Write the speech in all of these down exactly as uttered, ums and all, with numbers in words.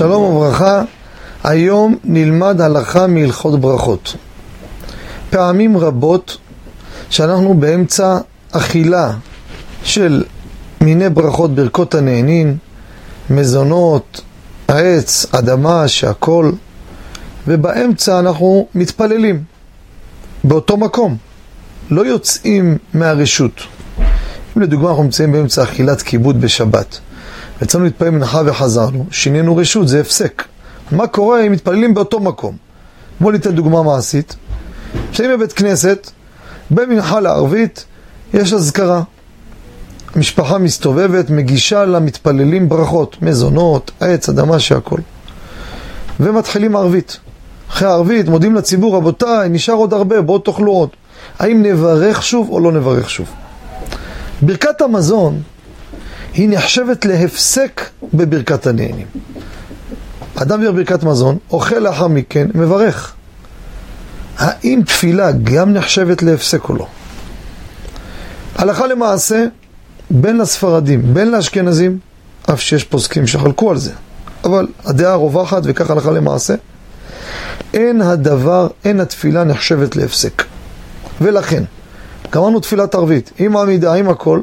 שלום וברכה. היום נלמד הלכה מהלכות ברכות. פעמים רבות שאנחנו באמצע אכילה של מיני ברכות, ברכות הנהנין, מזונות, עץ, אדמה, שהכל, ובאמצע אנחנו מתפללים באותו מקום, לא יוצאים מהרשות. אם לדוגמה אנחנו נמצאים באמצע אכילת כיבוד בשבת, יצאנו להתפלל מנחה וחזרנו, שינינו רשות, זה הפסק. מה קורה אם מתפללים באותו מקום? בואו ניתן דוגמה מעשית. כשאים בבית כנסת, במנחה לערבית, יש אזכרה. משפחה מסתובבת, מגישה למתפללים ברכות, מזונות, עץ, אדמה, שהכל. ומתחילים ערבית. אחרי הערבית מודים לציבור, רבותיי, נשאר עוד הרבה, בואו תאכלו עוד. האם נברך שוב או לא נברך שוב? ברכת המזון היא נחשבת להפסק בברכת הנהנים. אדם אומר ברכת מזון, אוכל לאחר מכן, מברך. האם תפילה גם נחשבת להפסק או לא? הלכה למעשה, בין לספרדים, בין לאשכנזים, אף שיש פוסקים שחלקו על זה, אבל הדעה רווחת וכך הלכה למעשה, אין הדבר, אין התפילה נחשבת להפסק. ולכן, גמרנו תפילת ערבית, עם העמידה, עם הכל,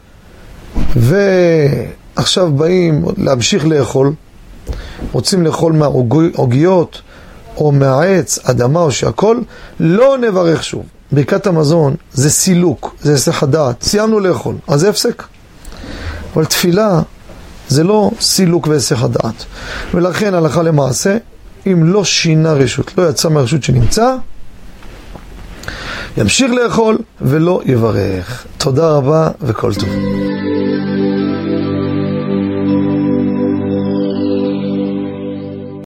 ועכשיו באים להמשיך לאכול, רוצים לאכול מהעוגיות או מהעץ, אדמה או שהכל, לא נברך שוב. ברכת המזון זה סילוק, זה היסח הדעת, סיימנו לאכול, אז זה הפסק. אבל תפילה זה לא סילוק והיסח הדעת. ולכן הלכה למעשה, אם לא שינה רשות, לא יצא מהרשות שנמצא, ימשיך לאכול ולא יברך. תודה רבה וכל טוב.